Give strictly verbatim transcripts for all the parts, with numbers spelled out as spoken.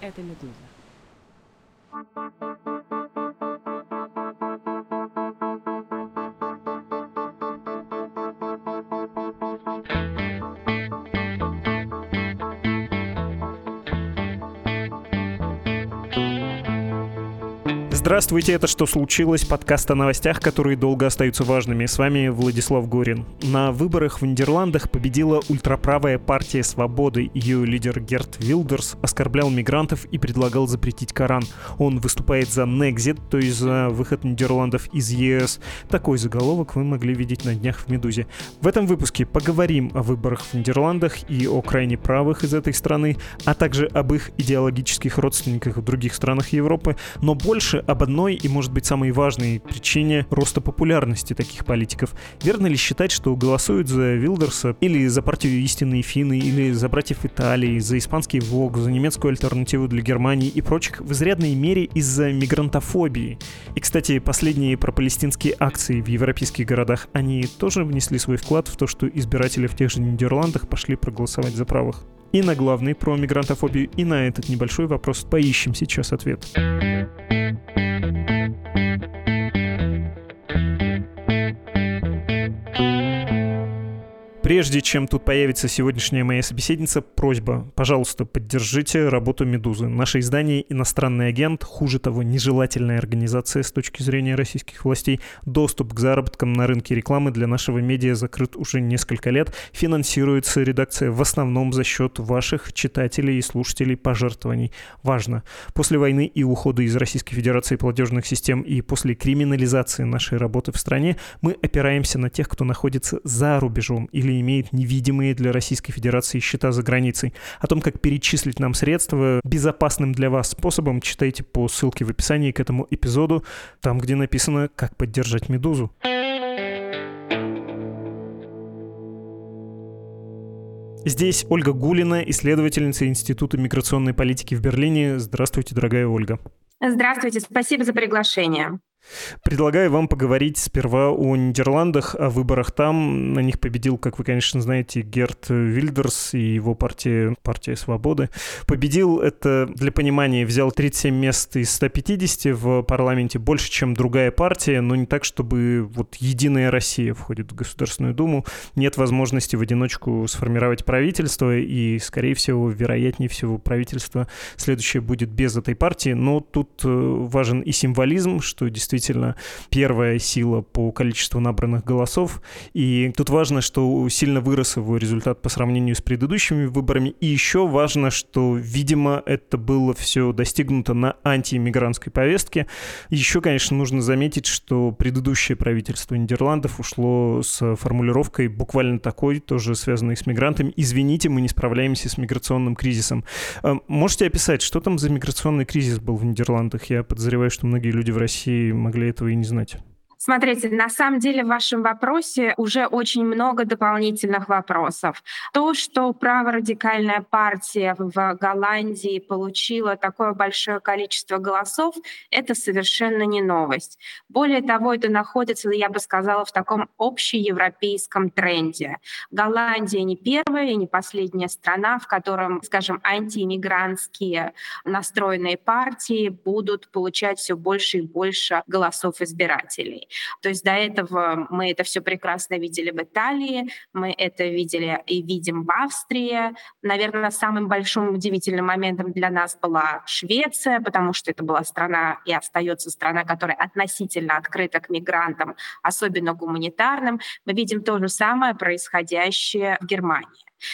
Это «Медуза». Здравствуйте, это «Что случилось?» Подкаст о новостях, которые долго остаются важными. С вами Владислав Горин. На выборах в Нидерландах победила ультраправая партия «Свободы». Ее лидер Герт Вилдерс оскорблял мигрантов и предлагал запретить Коран. Он выступает за Нексит, то есть за выход Нидерландов из ЕС. Такой заголовок вы могли видеть на днях в «Медузе». В этом выпуске поговорим о выборах в Нидерландах и о крайне правых из этой страны, а также об их идеологических родственниках в других странах Европы, но больше об одной и, может быть, самой важной причине роста популярности таких политиков. Верно ли считать, что голосуют за Вилдерса или за партию «Истинные финны», или за братьев Италии, за испанский ВОК, за немецкую альтернативу для Германии и прочих в изрядной мере из-за мигрантофобии? И, кстати, последние пропалестинские акции в европейских городах, они тоже внесли свой вклад в то, что избиратели в тех же Нидерландах пошли проголосовать за правых? И на главный про мигрантофобию, и на этот небольшой вопрос поищем сейчас ответ. Прежде чем тут появится сегодняшняя моя собеседница, просьба, пожалуйста, поддержите работу «Медузы». Наше издание «Иностранный агент», хуже того, нежелательная организация с точки зрения российских властей. Доступ к заработкам на рынке рекламы для нашего медиа закрыт уже несколько лет. Финансируется редакция в основном за счет ваших читателей и слушателей пожертвований. Важно. После войны и ухода из Российской Федерации платежных систем и после криминализации нашей работы в стране мы опираемся на тех, кто находится за рубежом или имеет невидимые для Российской Федерации счета за границей. О том, как перечислить нам средства безопасным для вас способом, читайте по ссылке в описании к этому эпизоду, там, где написано «Как поддержать Медузу». Здесь Ольга Гулина, исследовательница Института миграционной политики в Берлине. Здравствуйте, дорогая Ольга. Здравствуйте, спасибо за приглашение. Предлагаю вам поговорить сперва о Нидерландах, о выборах там. На них победил, как вы, конечно, знаете, Герт Вильдерс и его партия, партия «Свободы». Победил, это, для понимания, взял тридцать семь мест из ста пятидесяти в парламенте, больше, чем другая партия, но не так, чтобы вот «Единая Россия» входит в Государственную Думу. Нет возможности в одиночку сформировать правительство, и, скорее всего, вероятнее всего, правительство следующее будет без этой партии. Но тут важен и символизм, что действительно Действительно, первая сила по количеству набранных голосов. И тут важно, что сильно вырос его результат по сравнению с предыдущими выборами. И еще важно, что, видимо, это было все достигнуто на антииммигрантской повестке. Еще, конечно, нужно заметить, что предыдущее правительство Нидерландов ушло с формулировкой буквально такой, тоже связанной с мигрантами: «Извините, мы не справляемся с миграционным кризисом». Можете описать, что там за миграционный кризис был в Нидерландах? Я подозреваю, что многие люди в России могли этого и не знать. Смотрите, на самом деле в вашем вопросе уже очень много дополнительных вопросов. То, что праворадикальная партия в Голландии получила такое большое количество голосов, это совершенно не новость. Более того, это находится, я бы сказала, в таком общеевропейском тренде. Голландия не первая и не последняя страна, в котором, скажем, антииммигрантские настроенные партии будут получать все больше и больше голосов избирателей. То есть до этого мы это все прекрасно видели в Италии, мы это видели и видим в Австрии. Наверное, самым большим удивительным моментом для нас была Швеция, потому что это была страна и остается страна, которая относительно открыта к мигрантам, особенно гуманитарным. Мы видим то же самое происходящее в Германии.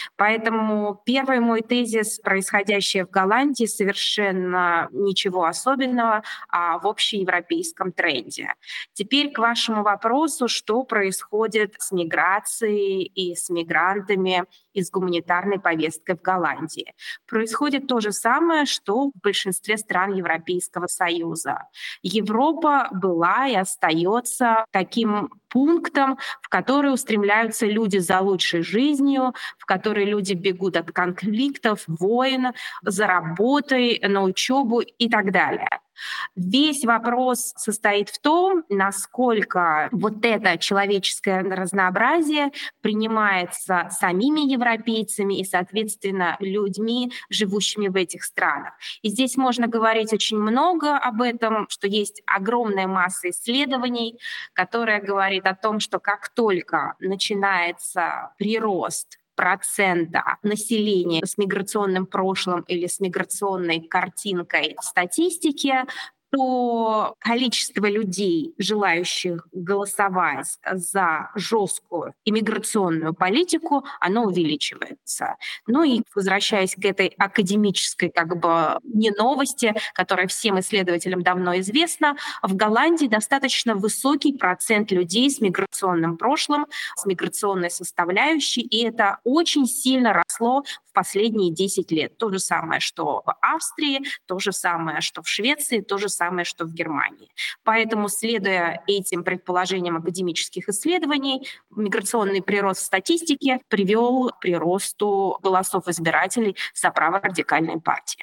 Поэтому первый мой тезис: происходящее в Голландии совершенно ничего особенного, а в общеевропейском тренде. Теперь к вашему вопросу, что происходит с миграцией и с мигрантами и с гуманитарной повесткой в Голландии. Происходит то же самое, что в большинстве стран Европейского Союза. Европа была и остается таким пунктом, в который устремляются люди за лучшей жизнью, в который люди бегут от конфликтов, войн, за работой, на учебу и так далее. Весь вопрос состоит в том, насколько вот это человеческое разнообразие принимается самими европейцами и, соответственно, людьми, живущими в этих странах. И здесь можно говорить очень много об этом, что есть огромная масса исследований, которая говорит о том, что как только начинается прирост процента населения с миграционным прошлым или с миграционной картинкой в статистике, то количество людей, желающих голосовать за жесткую иммиграционную политику, оно увеличивается. Ну и возвращаясь к этой академической как бы не новости, которая всем исследователям давно известна, в Голландии достаточно высокий процент людей с миграционным прошлым, с миграционной составляющей, и это очень сильно росло в последние десять лет. То же самое, что в Австрии, то же самое, что в Швеции, то же самое, что в Германии. Поэтому, следуя этим предположениям академических исследований, миграционный прирост в статистике привел к приросту голосов избирателей за праворадикальной партии.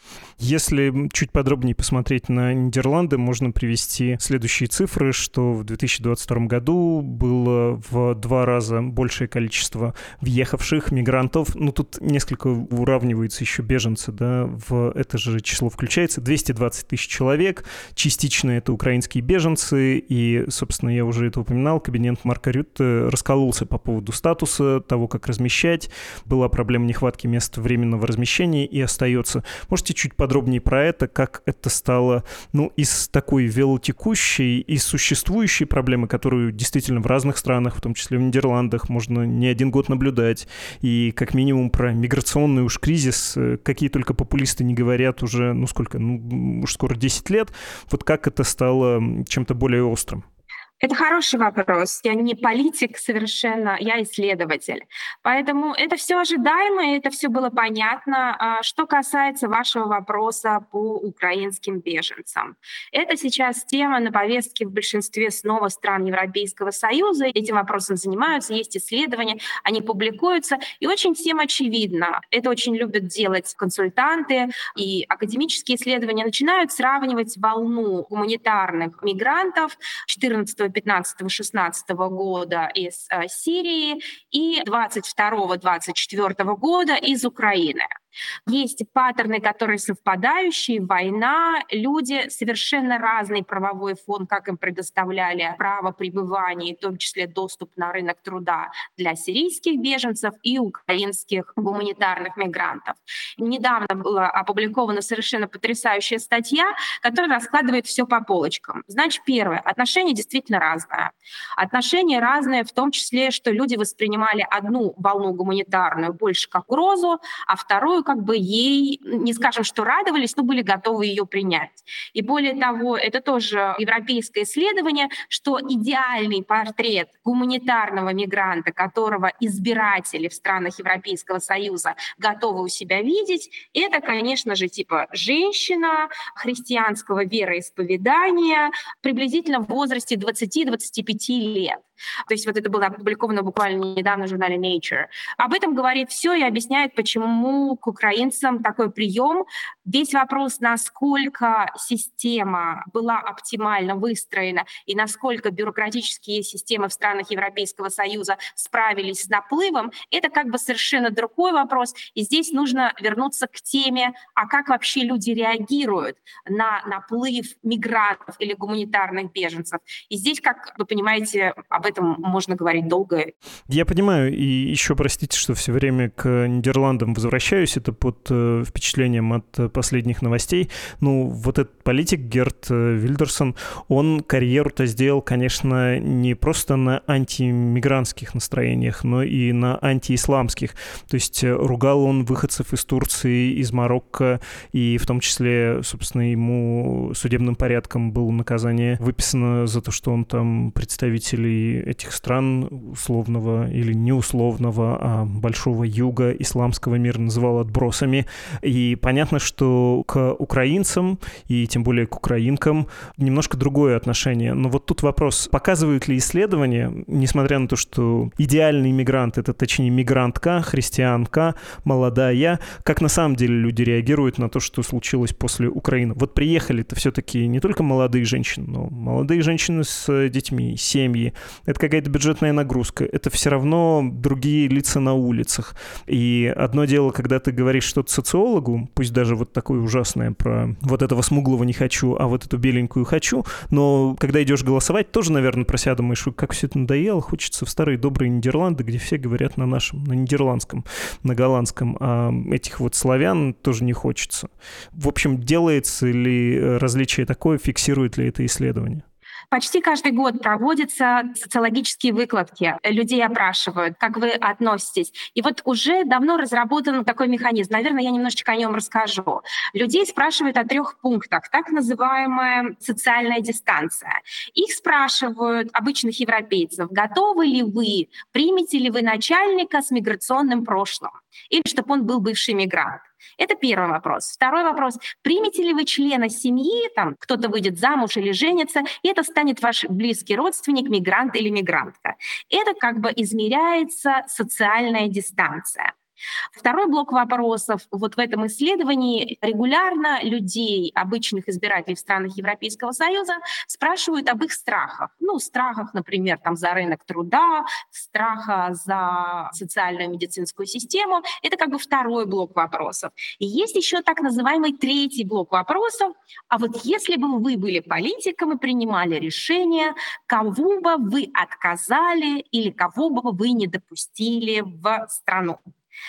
Если чуть подробнее посмотреть на Нидерланды, можно привести следующие цифры, что в две тысячи двадцать втором году было в два раза большее количество въехавших мигрантов. Ну, тут несколько уравниваются еще беженцы, да, в это же число включается. двести двадцать тысяч человек, частично это украинские беженцы, и, собственно, я уже это упоминал, кабинет Марка Рютте раскололся по поводу статуса, того, как размещать. Была проблема нехватки мест временного размещения и остается. Можете чуть подробнее про это, как это стало, ну, из такой велотекущей и существующей проблемы, которую действительно в разных странах, в том числе в Нидерландах, можно не один год наблюдать, и как минимум про миграционный уж кризис, какие только популисты не говорят уже, ну, сколько, ну, уж скоро десять лет, вот как это стало чем-то более острым? Это хороший вопрос. Я не политик совершенно, я исследователь. Поэтому это все ожидаемо, это все было понятно. Что касается вашего вопроса по украинским беженцам. Это сейчас тема на повестке в большинстве снова стран Европейского Союза. Этим вопросом занимаются, есть исследования, они публикуются. И очень всем очевидно, это очень любят делать консультанты и академические исследования, начинают сравнивать волну гуманитарных мигрантов четырнадцатого, пятнадцатого, шестнадцатого года из э, Сирии и двадцать второго, двадцать четвёртого года из Украины. Есть паттерны, которые совпадающие, война, люди, совершенно разный правовой фон, как им предоставляли право пребывания, в том числе доступ на рынок труда для сирийских беженцев и украинских гуманитарных мигрантов. Недавно была опубликована совершенно потрясающая статья, которая раскладывает все по полочкам. Значит, первое, отношения действительно разные. Отношения разные в том числе, что люди воспринимали одну волну гуманитарную больше как угрозу, а вторую как бы ей, не скажем, что радовались, но были готовы ее принять. И более того, это тоже европейское исследование, что идеальный портрет гуманитарного мигранта, которого избиратели в странах Европейского Союза готовы у себя видеть, это, конечно же, типа женщина христианского вероисповедания, приблизительно в возрасте двадцати-двадцати пяти лет. То есть вот это было опубликовано буквально недавно в журнале Nature. Об этом говорит все и объясняет, почему к украинцам такой прием. Весь вопрос, насколько система была оптимально выстроена и насколько бюрократические системы в странах Европейского Союза справились с наплывом, это как бы совершенно другой вопрос. И здесь нужно вернуться к теме, а как вообще люди реагируют на наплыв мигрантов или гуманитарных беженцев. И здесь, как вы понимаете, об этом можно говорить долго. Я понимаю, и еще простите, что все время к Нидерландам возвращаюсь, это под э, впечатлением от э, последних новостей. Ну, вот этот политик Герт э, Вильдерсон, он карьеру-то сделал, конечно, не просто на антимигрантских настроениях, но и на антиисламских. То есть э, ругал он выходцев из Турции, из Марокко, и в том числе, собственно, ему судебным порядком было наказание выписано за то, что он там представителей жители этих стран условного или неусловного, а большого юга исламского мира называл отбросами. И понятно, что к украинцам и тем более к украинкам немножко другое отношение. Но вот тут вопрос, показывают ли исследования, несмотря на то, что идеальный мигрант — это, точнее, мигрантка, христианка, молодая, как на самом деле люди реагируют на то, что случилось после Украины. Вот приехали-то все-таки не только молодые женщины, но молодые женщины с детьми, семьи. Это какая-то бюджетная нагрузка. Это все равно другие лица на улицах. И одно дело, когда ты говоришь что-то социологу, пусть даже вот такое ужасное про вот этого смуглого не хочу, а вот эту беленькую хочу, но когда идешь голосовать, тоже, наверное, про себя думаешь, как все это надоело, хочется в старые добрые Нидерланды, где все говорят на нашем, на нидерландском, на голландском, а этих вот славян тоже не хочется. В общем, делается ли различие такое, фиксирует ли это исследование? Почти каждый год проводятся социологические выкладки. Людей опрашивают, как вы относитесь. И вот уже давно разработан такой механизм. Наверное, я немножечко о нем расскажу. Людей спрашивают о трех пунктах. Так называемая социальная дистанция. Их спрашивают, обычных европейцев, готовы ли вы, примете ли вы начальника с миграционным прошлым? Или чтобы он был бывший мигрант. Это первый вопрос. Второй вопрос. Примете ли вы члена семьи, там кто-то выйдет замуж или женится, и это станет ваш близкий родственник, мигрант или мигрантка. Это как бы измеряется социальная дистанция. Второй блок вопросов. Вот в этом исследовании регулярно людей, обычных избирателей в странах Европейского Союза, спрашивают об их страхах. Ну, страхах, например, там, за рынок труда, страха за социальную медицинскую систему. Это как бы второй блок вопросов. И есть еще так называемый третий блок вопросов. А вот если бы вы были политиком и принимали решение, кого бы вы отказали или кого бы вы не допустили в страну?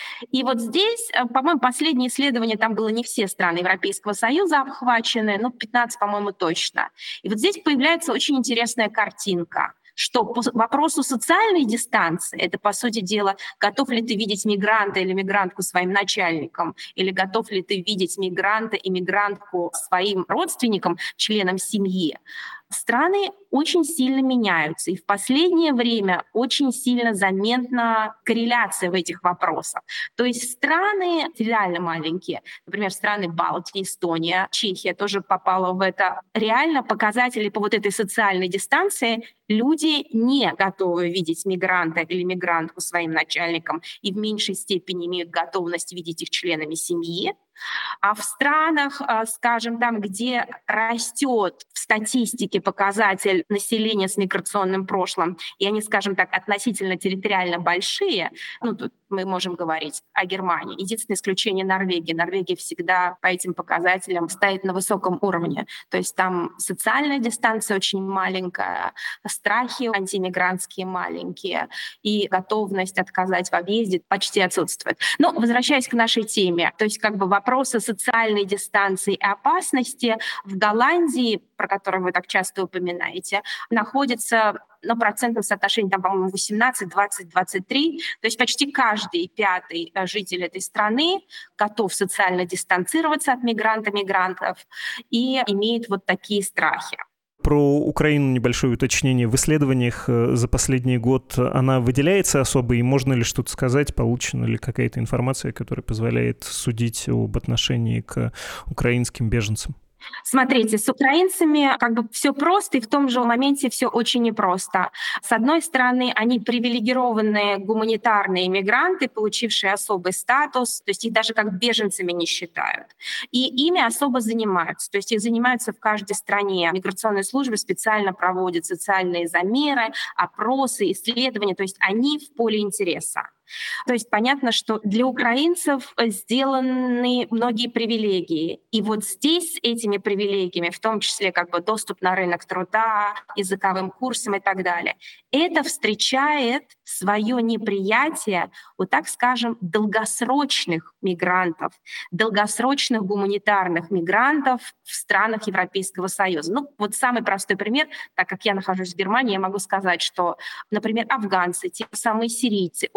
И вот здесь, по-моему, последнее исследование, там было не все страны Европейского Союза обхвачены, ну, пятнадцать, по-моему, точно. И вот здесь появляется очень интересная картинка, что по вопросу социальной дистанции, это, по сути дела, готов ли ты видеть мигранта или мигрантку своим начальником, или готов ли ты видеть мигранта и мигрантку своим родственникам, членам семьи, страны очень сильно меняются. И в последнее время очень сильно заметна корреляция в этих вопросах. То есть страны реально маленькие, например, страны Балтии, Эстония, Чехия тоже попала в это. Реально показатели по вот этой социальной дистанции люди не готовы видеть мигранта или мигрантку своим начальником и в меньшей степени имеют готовность видеть их членами семьи. А в странах, скажем, там, где растет в статистике показатель населения с миграционным прошлым, и они, скажем так, относительно территориально большие, ну, тут мы можем говорить о Германии. Единственное исключение — Норвегия. Норвегия всегда по этим показателям стоит на высоком уровне. То есть там социальная дистанция очень маленькая, страхи антимигрантские маленькие, и готовность отказать в объезде почти отсутствует. Но возвращаясь к нашей теме, то есть как бы вопросы социальной дистанции и опасности в Голландии, про которую вы так часто упоминаете, находятся на процентном соотношении, там, по-моему, восемнадцать, двадцать, двадцать три. То есть почти каждый пятый житель этой страны готов социально дистанцироваться от мигранта, мигрантов и имеет вот такие страхи. Про Украину небольшое уточнение. В исследованиях за последний год она выделяется особо, и можно ли что-то сказать, получена ли какая-то информация, которая позволяет судить об отношении к украинским беженцам? Смотрите, с украинцами как бы все просто, и в том же моменте все очень непросто. С одной стороны, они привилегированные гуманитарные мигранты, получившие особый статус, то есть их даже как беженцами не считают. И ими особо занимаются. То есть их занимаются в каждой стране. Миграционные службы специально проводят социальные замеры, опросы, исследования. То есть они в поле интереса. То есть понятно, что для украинцев сделаны многие привилегии. И вот здесь этими привилегиями, в том числе как бы доступ на рынок труда, языковым курсам и так далее, это встречает свое неприятие у, так скажем, долгосрочных мигрантов, долгосрочных гуманитарных мигрантов в странах Европейского Союза. Ну, вот самый простой пример, так как я нахожусь в Германии, я могу сказать, что, например, афганцы, те самые сирийцы, очень много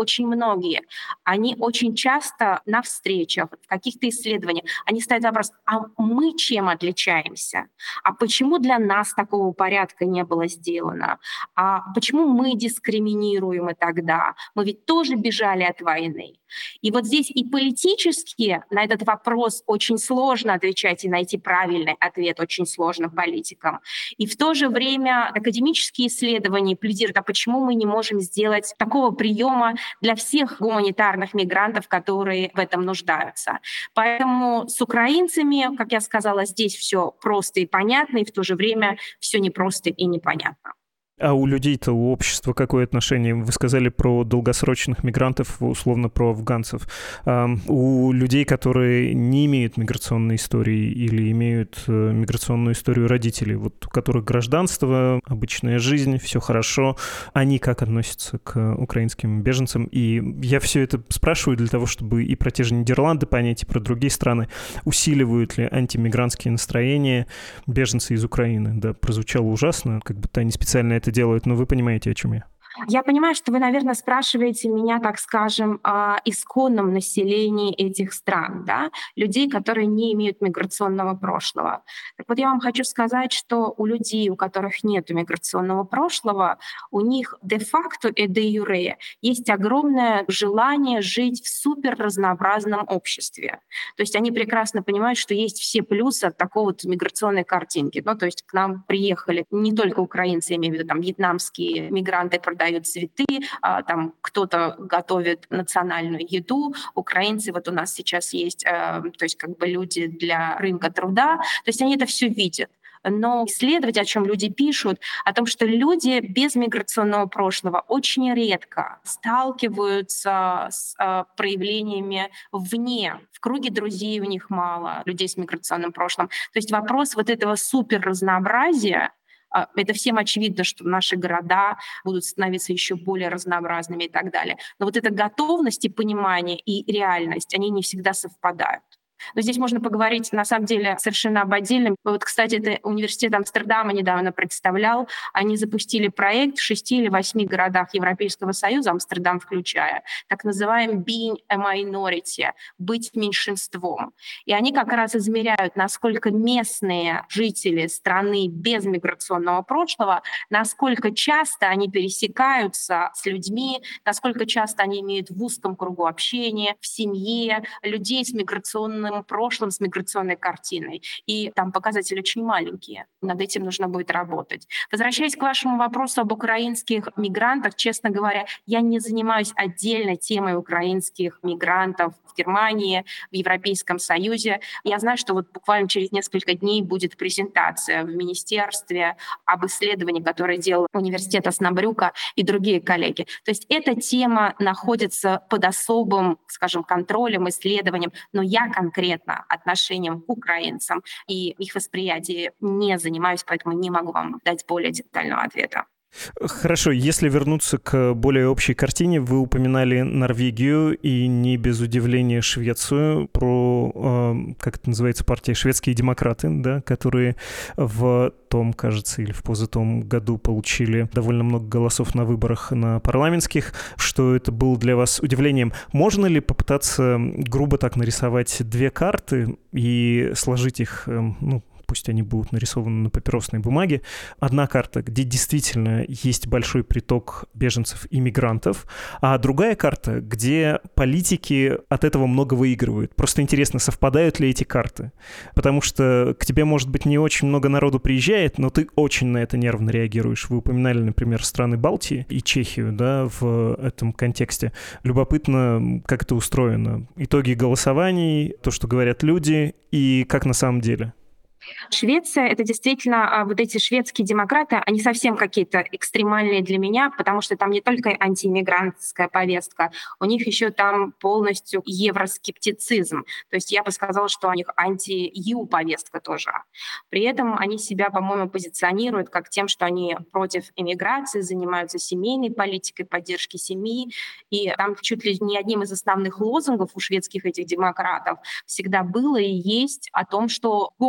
многие, они очень часто на встречах, в каких-то исследованиях, они ставят вопрос: а мы чем отличаемся? А почему для нас такого порядка не было сделано? А почему мы дискриминируемы тогда? Мы ведь тоже бежали от войны. И вот здесь и политически на этот вопрос очень сложно отвечать, и найти правильный ответ очень сложно политикам. И в то же время академические исследования пледируют, а почему мы не можем сделать такого приема для всех гуманитарных мигрантов, которые в этом нуждаются. Поэтому с украинцами, как я сказала, здесь все просто и понятно, и в то же время все непросто и непонятно. А у людей-то, у общества какое отношение? Вы сказали про долгосрочных мигрантов, условно про афганцев. А у людей, которые не имеют миграционной истории или имеют миграционную историю родителей, вот у которых гражданство, обычная жизнь, все хорошо, они как относятся к украинским беженцам? И я все это спрашиваю для того, чтобы и про те же Нидерланды понять, и про другие страны. Усиливают ли антимигрантские настроения беженцы из Украины? Да, прозвучало ужасно, как будто они специально это делают, но вы понимаете, о чем я. Я понимаю, что вы, наверное, спрашиваете меня, так скажем, о исконном населении этих стран, да? Людей, которые не имеют миграционного прошлого. Так вот, я вам хочу сказать, что у людей, у которых нет миграционного прошлого, у них де-факто и де-юре есть огромное желание жить в суперразнообразном обществе. То есть они прекрасно понимают, что есть все плюсы от такой вот миграционной картинки. Ну, то есть к нам приехали не только украинцы, я имею в виду там вьетнамские мигранты, продают цветы, а, там кто-то готовит национальную еду, украинцы вот у нас сейчас есть, э, то есть как бы люди для рынка труда, то есть они это все видят. Но исследовать, о чем люди пишут, о том, что люди без миграционного прошлого очень редко сталкиваются с э, проявлениями вне. В круге друзей у них мало людей с миграционным прошлым. То есть вопрос вот этого суперразнообразия, это всем очевидно, что наши города будут становиться еще более разнообразными и так далее. Но вот эта готовность и понимание, и реальность, они не всегда совпадают. Но здесь можно поговорить, на самом деле, совершенно об отдельном. Вот, кстати, это университет Амстердама недавно представлял. Они запустили проект в шести или восьми городах Европейского Союза, Амстердам включая, так называемый being a minority, быть меньшинством. И они как раз измеряют, насколько местные жители страны без миграционного прошлого, насколько часто они пересекаются с людьми, насколько часто они имеют в узком кругу общения, в семье людей с миграционным прошлым, с миграционной картиной. И там показатели очень маленькие. Над этим нужно будет работать. Возвращаясь к вашему вопросу об украинских мигрантах, честно говоря, я не занимаюсь отдельно темой украинских мигрантов в Германии, в Европейском Союзе. Я знаю, что вот буквально через несколько дней будет презентация в министерстве об исследовании, которое делал университет Оснабрюка и другие коллеги. То есть эта тема находится под особым, скажем, контролем, исследованием, но я конкретно отношением к украинцам и их восприятием не занимаюсь, поэтому не могу вам дать более детального ответа. Хорошо, если вернуться к более общей картине, вы упоминали Норвегию и не без удивления Швецию, про, э, как это называется, партия «Шведские демократы», да, которые в том, кажется, или в позатом году получили довольно много голосов на выборах на парламентских, что это было для вас удивлением. Можно ли попытаться грубо так нарисовать две карты и сложить их, э, ну, пусть они будут нарисованы на папиросной бумаге. Одна карта, где действительно есть большой приток беженцев и мигрантов, а другая карта, где политики от этого много выигрывают. Просто интересно, совпадают ли эти карты? Потому что к тебе, может быть, не очень много народу приезжает, но ты очень на это нервно реагируешь. Вы упоминали, например, страны Балтии и Чехию, да, в этом контексте. Любопытно, как это устроено. Итоги голосований, то, что говорят люди, и как на самом деле. Швеция — это действительно вот эти шведские демократы, они совсем какие-то экстремальные для меня, потому что там не только антииммигрантская повестка, у них еще там полностью евроскептицизм. То есть я бы сказала, что у них анти-ю повестка тоже. При этом они себя, по-моему, позиционируют как тем, что они против иммиграции, занимаются семейной политикой, поддержки семьи. И там чуть ли не одним из основных лозунгов у шведских этих демократов всегда было и есть о том, что гомоген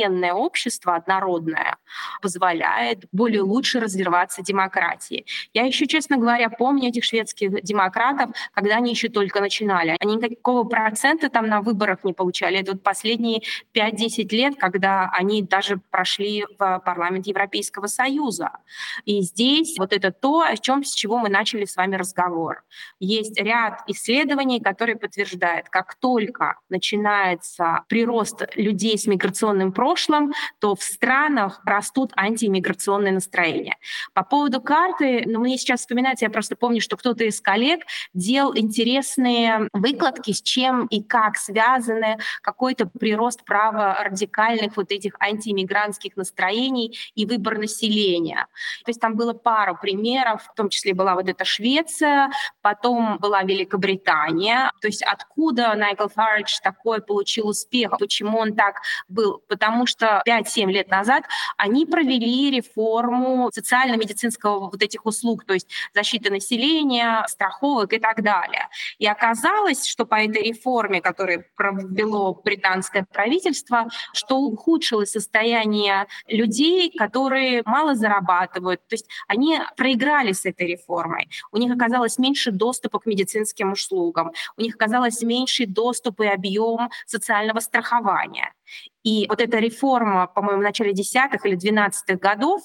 гомогенное общество, однородное, позволяет более лучше развиваться демократии. Я еще, честно говоря, помню этих шведских демократов, когда они еще только начинали. Они никакого процента там на выборах не получали. Это вот последние пять-десять лет, когда они даже прошли в парламент Европейского Союза. И здесь вот это то, о чем, с чего мы начали с вами разговор. Есть ряд исследований, которые подтверждают, как только начинается прирост людей с миграционным прошлым, то в странах растут антииммиграционные настроения. По поводу карты, ну, мне сейчас вспоминается, я просто помню, что кто-то из коллег делал интересные выкладки, с чем и как связаны какой-то прирост права радикальных вот этих антииммигрантских настроений и выбор населения. То есть там было пару примеров, в том числе была вот эта Швеция, потом была Великобритания. То есть откуда Найджел Фаридж такой получил успех, почему он так был? Потому что пять-семь лет назад они провели реформу социально-медицинского вот этих услуг, то есть защиты населения, страховок и так далее. И оказалось, что по этой реформе, которую провело британское правительство, что ухудшилось состояние людей, которые мало зарабатывают. То есть они проиграли с этой реформой. У них оказалось меньше доступа к медицинским услугам, у них оказалось меньший доступ и объем социального страхования. И вот эта реформа, по-моему, в начале десятых или двенадцатых годов,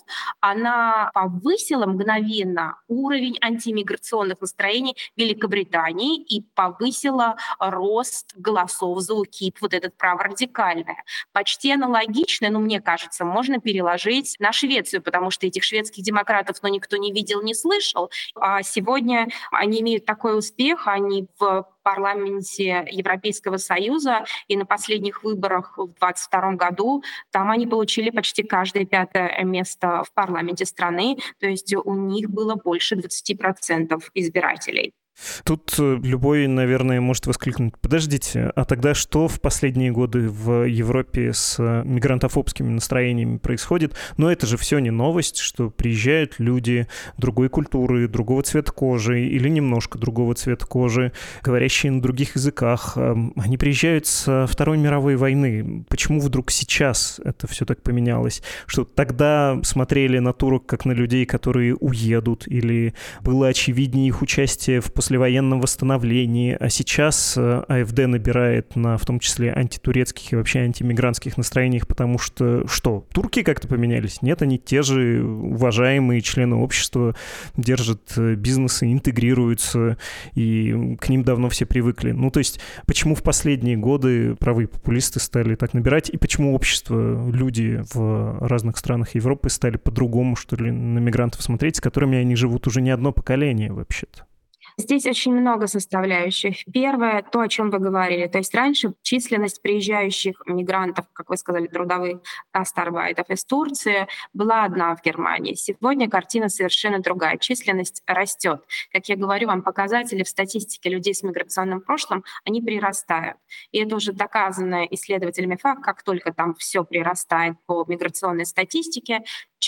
она повысила мгновенно уровень антииммиграционных настроений в Великобритании и повысила рост голосов за УКИП, вот этот праворадикальное. Почти аналогично, ну, мне кажется, можно переложить на Швецию, потому что этих шведских демократов, ну, никто не видел, не слышал. А сегодня они имеют такой успех, они в парламенте Европейского Союза, и на последних выборах в двадцать втором году там они получили почти каждое пятое место в парламенте страны, то есть у них было больше двадцати процентов избирателей. Тут любой, наверное, может воскликнуть: подождите, а тогда что в последние годы в Европе с мигрантофобскими настроениями происходит? Но это же все не новость, что приезжают люди другой культуры, другого цвета кожи или немножко другого цвета кожи, говорящие на других языках. Они приезжают со Второй мировой войны. Почему вдруг сейчас это все так поменялось? Что тогда смотрели на турок как на людей, которые уедут, или было очевиднее их участие в послевоенном восстановлении, а сейчас АфД набирает на, в том числе, антитурецких и вообще антимигрантских настроениях, потому что, что, турки как-то поменялись? Нет, они те же уважаемые члены общества, держат бизнесы, интегрируются, и к ним давно все привыкли. Ну, то есть, почему в последние годы правые популисты стали так набирать, и почему общество, люди в разных странах Европы стали по-другому, что ли, на мигрантов смотреть, с которыми они живут уже не одно поколение, вообще-то? Здесь очень много составляющих. Первое, то, о чем вы говорили. То есть раньше численность приезжающих мигрантов, как вы сказали, трудовых гастарбайтеров из Турции была одна в Германии. Сегодня картина совершенно другая. Численность растет. Как я говорю вам, показатели в статистике людей с миграционным прошлым, они прирастают. И это уже доказанно исследователями факт, как только там все прирастает по миграционной статистике,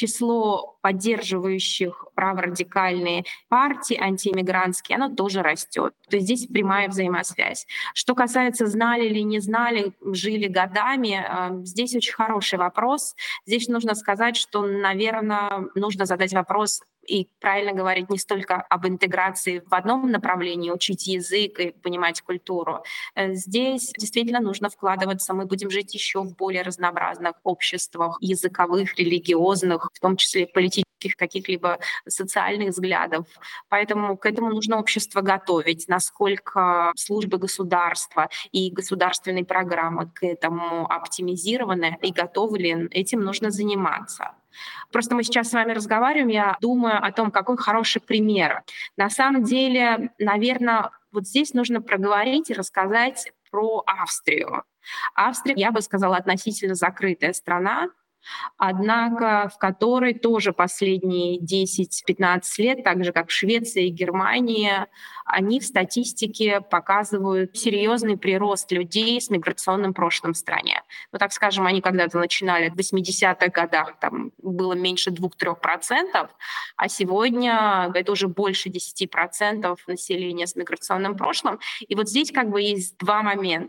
число поддерживающих праворадикальные партии антииммигрантские, оно тоже растет. То есть здесь прямая взаимосвязь. Что касается, знали или не знали, жили годами, здесь очень хороший вопрос. Здесь нужно сказать, что, наверное, нужно задать вопрос и правильно говорить не столько об интеграции в одном направлении, учить язык и понимать культуру. Здесь действительно нужно вкладываться. Мы будем жить еще в более разнообразных обществах, языковых, религиозных, в том числе политических, каких-либо социальных взглядов. Поэтому к этому нужно общество готовить. Насколько службы государства и государственные программы к этому оптимизированы и готовы ли, этим нужно заниматься. Просто мы сейчас с вами разговариваем, я думаю о том, какой хороший пример. На самом деле, наверное, вот здесь нужно проговорить и рассказать про Австрию. Австрия, я бы сказала, относительно закрытая страна, однако в которой тоже последние десять-пятнадцать лет, так же как Швеция и Германия, они в статистике показывают серьезный прирост людей с миграционным прошлым в стране. Ну, так скажем, они когда-то начинали в восьмидесятых годах, там было меньше двух-трёх процентов, а сегодня это уже больше десяти процентов населения с миграционным прошлым. И вот здесь как бы есть два момента.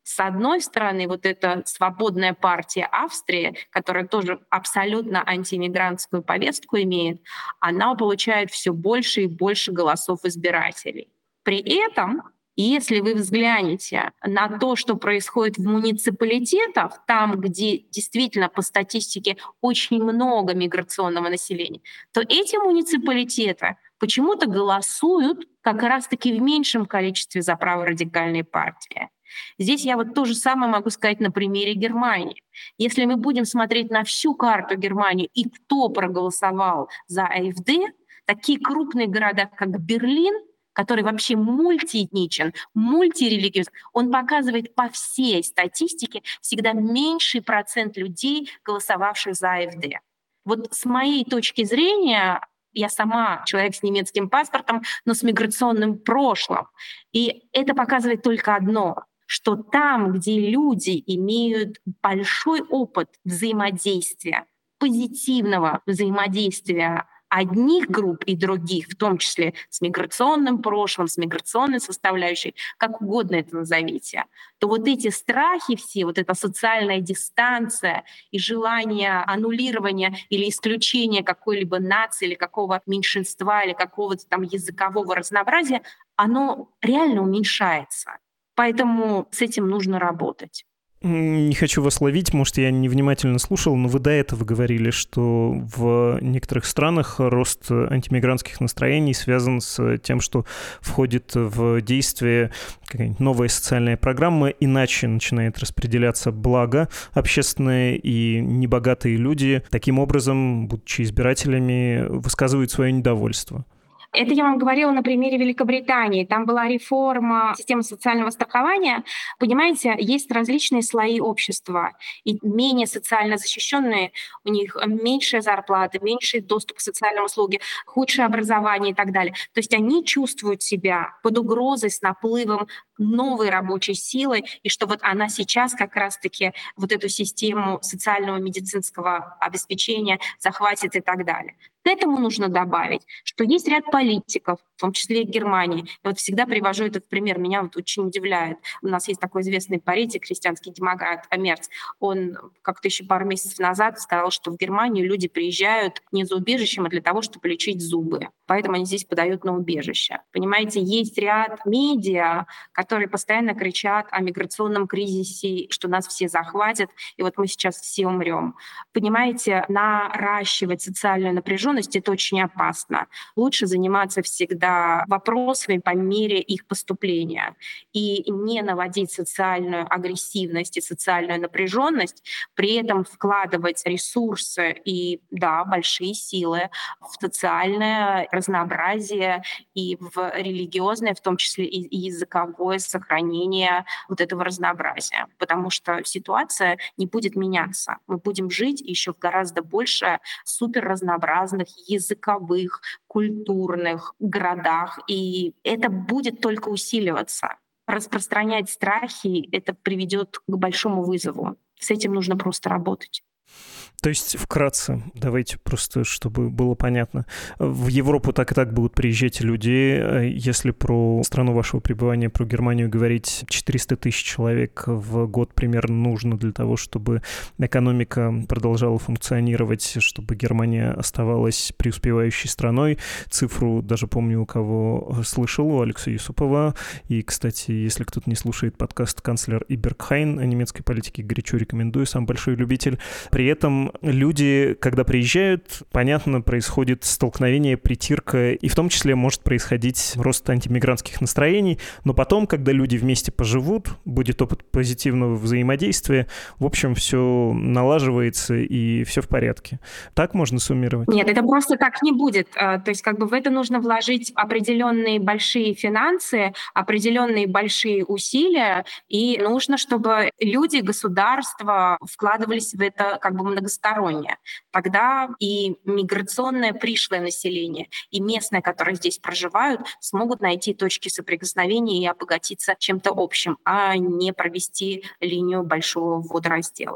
С одной стороны, вот эта свободная партия Австрии, которая тоже абсолютно антииммигрантскую повестку имеет, она получает все больше и больше голосов избирателей. При этом, если вы взглянете на то, что происходит в муниципалитетах, там, где действительно по статистике очень много миграционного населения, то эти муниципалитеты почему-то голосуют как раз-таки в меньшем количестве за праворадикальные партии. Здесь я вот то же самое могу сказать на примере Германии. Если мы будем смотреть на всю карту Германии и кто проголосовал за АфД, такие крупные города, как Берлин, который вообще мультиэтничен, мультирелигиозен, он показывает по всей статистике всегда меньший процент людей, голосовавших за АфД. Вот с моей точки зрения, я сама человек с немецким паспортом, но с миграционным прошлым. И это показывает только одно, что там, где люди имеют большой опыт взаимодействия, позитивного взаимодействия одних групп и других, в том числе с миграционным прошлым, с миграционной составляющей, как угодно это назовите, то вот эти страхи все, вот эта социальная дистанция и желание аннулирования или исключения какой-либо нации или какого меньшинства или какого-то там языкового разнообразия, оно реально уменьшается. Поэтому с этим нужно работать. Не хочу вас ловить, может, я невнимательно слушал, но вы до этого говорили, что в некоторых странах рост антимигрантских настроений связан с тем, что входит в действие какая-нибудь новая социальная программа, иначе начинает распределяться благо общественное, и небогатые люди таким образом, будучи избирателями, высказывают свое недовольство. Это я вам говорила на примере Великобритании. Там была реформа системы социального страхования. Понимаете, есть различные слои общества. И менее социально защищенные, у них меньшая зарплата, меньший доступ к социальным услугам, худшее образование и так далее. То есть они чувствуют себя под угрозой с наплывом новой рабочей силы, и что вот она сейчас как раз-таки вот эту систему социального медицинского обеспечения захватит и так далее. К этому нужно добавить, что есть ряд политиков, в том числе и в Германии. Я вот всегда привожу этот пример, меня вот очень удивляет. У нас есть такой известный политик, христианский демократ Мерц. Он как-то еще пару месяцев назад сказал, что в Германию люди приезжают не за убежищем, а для того, чтобы лечить зубы. Поэтому они здесь подают на убежище. Понимаете, есть ряд медиа, которые постоянно кричат о миграционном кризисе, что нас все захватят, и вот мы сейчас все умрем. Понимаете, наращивать социальную напряженность — это очень опасно. Лучше заниматься всегда вопросами по мере их поступления и не наводить социальную агрессивность и социальную напряженность, при этом вкладывать ресурсы и, да, большие силы в социальное разнообразие и в религиозное, в том числе и языковое сохранение вот этого разнообразия. Потому что ситуация не будет меняться. Мы будем жить еще в гораздо больше суперразнообразных языковых, культурных городах, и это будет только усиливаться. Распространять страхи — это приведет к большому вызову. С этим нужно просто работать. То есть, вкратце, давайте просто, чтобы было понятно. В Европу так и так будут приезжать люди. Если про страну вашего пребывания, про Германию говорить, четыреста тысяч человек в год примерно нужно для того, чтобы экономика продолжала функционировать, чтобы Германия оставалась преуспевающей страной. Цифру даже помню, у кого слышал, у Алекса Юсупова. И, кстати, если кто-то не слушает подкаст «Канцлер Ибергхайн» о немецкой политике, горячо рекомендую, сам большой любитель. При этом люди, когда приезжают, понятно, происходит столкновение, притирка, и в том числе может происходить рост антимигрантских настроений, но потом, когда люди вместе поживут, будет опыт позитивного взаимодействия, в общем, все налаживается и все в порядке. Так можно суммировать? Нет, это просто так не будет. То есть как бы в это нужно вложить определенные большие финансы, определенные большие усилия, и нужно, чтобы люди, государства вкладывались в это как бы многосторонне. Тогда и миграционное пришлое население, и местное, которые здесь проживают, смогут найти точки соприкосновения и обогатиться чем-то общим, а не провести линию большого водораздела.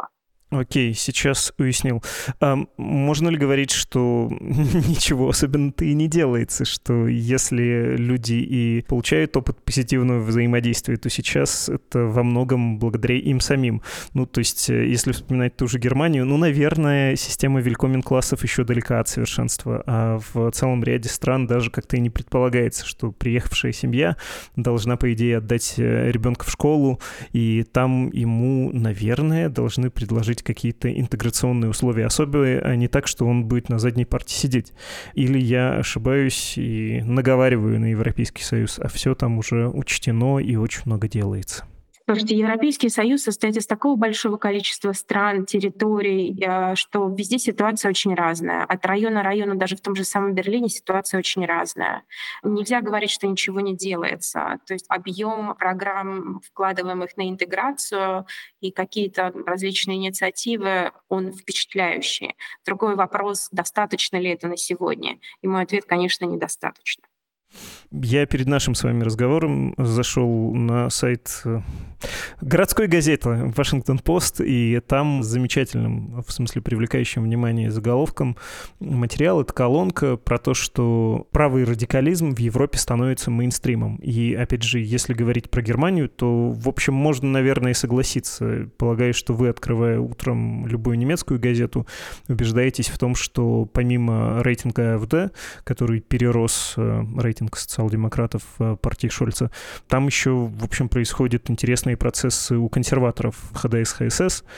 Окей, сейчас уяснил. А можно ли говорить, что ничего особенно-то и не делается, что если люди и получают опыт позитивного взаимодействия, то сейчас это во многом благодаря им самим? Ну, то есть, если вспоминать ту же Германию, ну, наверное, система Вилькомен-классов еще далека от совершенства, а в целом ряде стран даже как-то и не предполагается, что приехавшая семья должна, по идее, отдать ребенка в школу, и там ему, наверное, должны предложить какие-то интеграционные условия особые, а не так, что он будет на задней парте сидеть. Или я ошибаюсь и наговариваю на Европейский Союз, а все там уже учтено и очень много делается. Слушайте, Европейский Союз состоит из такого большого количества стран, территорий, э, что везде ситуация очень разная. От района к району, даже в том же самом Берлине, ситуация очень разная. Нельзя говорить, что ничего не делается. То есть объем программ, вкладываемых на интеграцию и какие-то различные инициативы, он впечатляющий. Другой вопрос, достаточно ли это на сегодня? И мой ответ, конечно, недостаточно. Я перед нашим с вами разговором зашел на сайт городской газеты «Вашингтон-Пост», и там замечательным, в смысле привлекающим внимание заголовком материал — это колонка про то, что правый радикализм в Европе становится мейнстримом. И, опять же, если говорить про Германию, то, в общем, можно, наверное, и согласиться. Полагаю, что вы, открывая утром любую немецкую газету, убеждаетесь в том, что помимо рейтинга АфД, который перерос рейтинг социал-демократов партии Шольца, там еще, в общем, происходят интересные процессы у консерваторов ха дэ эс ха эс эс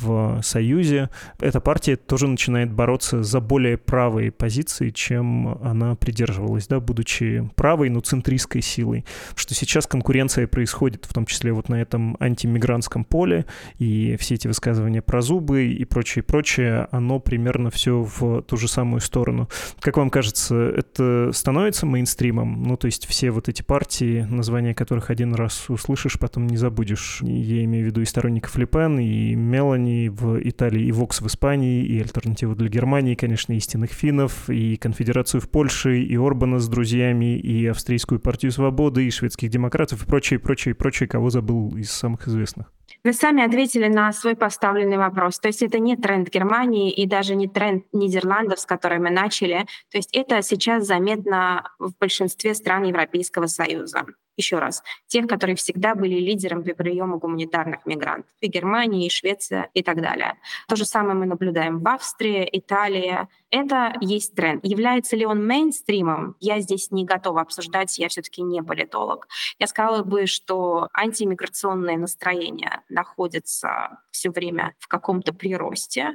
в Союзе. Эта партия тоже начинает бороться за более правые позиции, чем она придерживалась, да, будучи правой, но центристской силой. Что сейчас конкуренция происходит, в том числе вот на этом антимигрантском поле, и все эти высказывания про зубы и прочее, прочее, оно примерно все в ту же самую сторону. Как вам кажется, это становится мейнстримом? Ну, то есть все вот эти партии, названия которых один раз услышишь, потом не забудешь. Я имею в виду и сторонников Ле Пен, и Мелани в Италии, и Вокс в Испании, и Альтернативу для Германии, конечно, истинных финнов, и Конфедерацию в Польше, и Орбана с друзьями, и Австрийскую партию свободы, и шведских демократов, и прочее, прочее, прочее, кого забыл из самых известных. Вы сами ответили на свой поставленный вопрос. То есть это не тренд Германии и даже не тренд Нидерландов, с которыми мы начали. То есть это сейчас заметно в большинстве стран Европейского Союза. Еще раз, тех, которые всегда были лидером по приему гуманитарных мигрантов. И Германия, и Швеция, и так далее. То же самое мы наблюдаем в Австрии, Италии. Это есть тренд. Является ли он мейнстримом? Я здесь не готова обсуждать, я все-таки не политолог. Я сказала бы, что антимиграционные настроения находятся все время в каком-то приросте.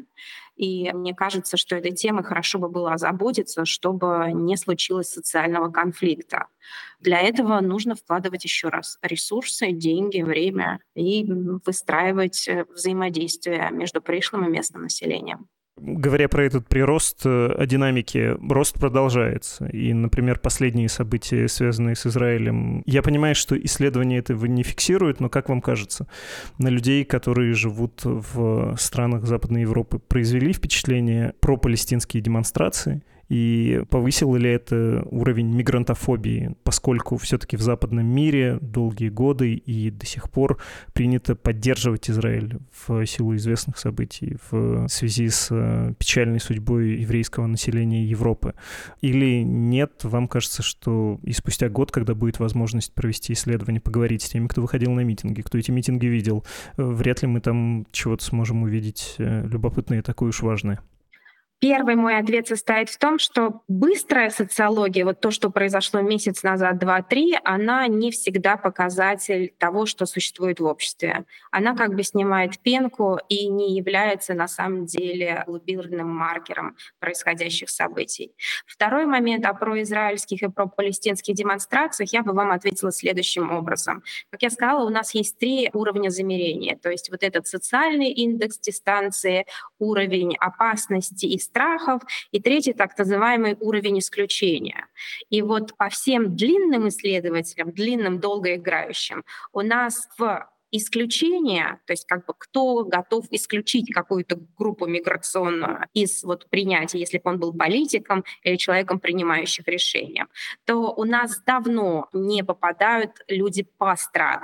И мне кажется, что этой темой хорошо бы было озаботиться, чтобы не случилось социального конфликта. Для этого нужно вкладывать еще раз ресурсы, деньги, время и выстраивать взаимодействие между пришлым и местным населением. Говоря про этот прирост, о динамике, рост продолжается. И, например, последние события, связанные с Израилем, я понимаю, что исследования этого не фиксируют, но как вам кажется, на людей, которые живут в странах Западной Европы, произвели впечатление пропалестинские демонстрации? И повысил ли это уровень мигрантофобии, поскольку все-таки в западном мире долгие годы и до сих пор принято поддерживать Израиль в силу известных событий в связи с печальной судьбой еврейского населения Европы? Или нет, вам кажется, что и спустя год, когда будет возможность провести исследование, поговорить с теми, кто выходил на митинги, кто эти митинги видел, вряд ли мы там чего-то сможем увидеть любопытное и такое уж важное? Первый мой ответ состоит в том, что быстрая социология, вот то, что произошло месяц назад, два, три, она не всегда показатель того, что существует в обществе. Она как бы снимает пенку и не является на самом деле глубинным маркером происходящих событий. Второй момент о произраильских и пропалестинских демонстрациях я бы вам ответила следующим образом. Как я сказала, у нас есть три уровня замерения. То есть вот этот социальный индекс дистанции, уровень опасности и страхов, и третий так называемый уровень исключения. И вот по всем длинным исследователям, длинным долгоиграющим, у нас в исключение, то есть как бы кто готов исключить какую-то группу миграционную из вот принятия, если бы он был политиком или человеком, принимающим решения, то у нас давно не попадают люди по странам.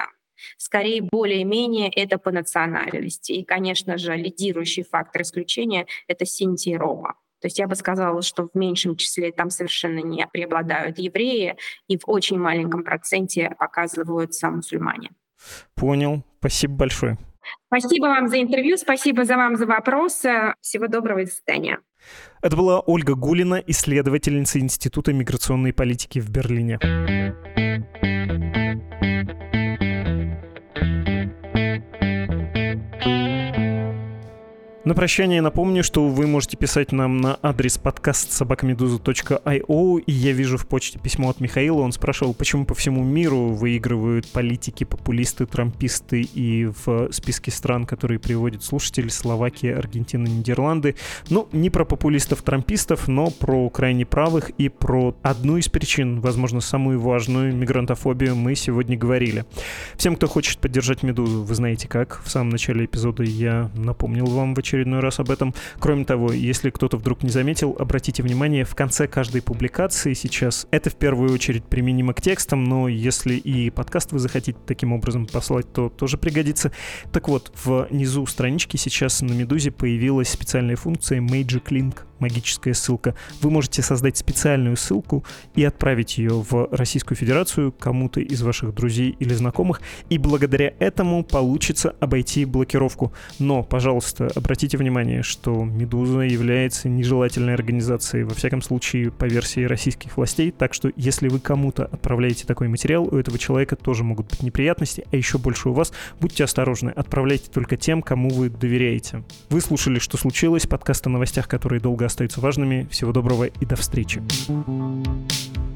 Скорее, более-менее это по национальности. И, конечно же, лидирующий фактор исключения — это синти и рома. То есть я бы сказала, что в меньшем числе там совершенно не преобладают евреи, и в очень маленьком проценте оказываются мусульмане. Понял. Спасибо большое. Спасибо вам за интервью, спасибо за вам за вопросы. Всего доброго и до свидания. Это была Ольга Гулина, исследовательница Института миграционной политики в Берлине. На прощание напомню, что вы можете писать нам на адрес подкаст собака медуза точка ай о, и я вижу в почте письмо от Михаила. Он спрашивал, почему по всему миру выигрывают политики, популисты, трамписты, и в списке стран, которые приводят слушатели, Словакия, Аргентина, Нидерланды. Ну, не про популистов-трампистов, но про крайне правых и про одну из причин, возможно, самую важную, мигрантофобию, мы сегодня говорили. Всем, кто хочет поддержать «Медузу», вы знаете как. В самом начале эпизода я напомнил вам в очередной очередной раз об этом. Кроме того, если кто-то вдруг не заметил, обратите внимание, в конце каждой публикации сейчас, это в первую очередь применимо к текстам, но если и подкаст вы захотите таким образом послать, то тоже пригодится. Так вот, внизу странички сейчас на «Медузе» появилась специальная функция Magic Link, магическая ссылка. Вы можете создать специальную ссылку и отправить ее в Российскую Федерацию кому-то из ваших друзей или знакомых, и благодаря этому получится обойти блокировку. Но, пожалуйста, обратите внимание, что «Медуза» является нежелательной организацией, во всяком случае, по версии российских властей, так что если вы кому-то отправляете такой материал, у этого человека тоже могут быть неприятности, а еще больше у вас. Будьте осторожны, отправляйте только тем, кому вы доверяете. Вы слушали «Что случилось?», подкаст о новостях, которые долго остаются важными. Всего доброго и до встречи.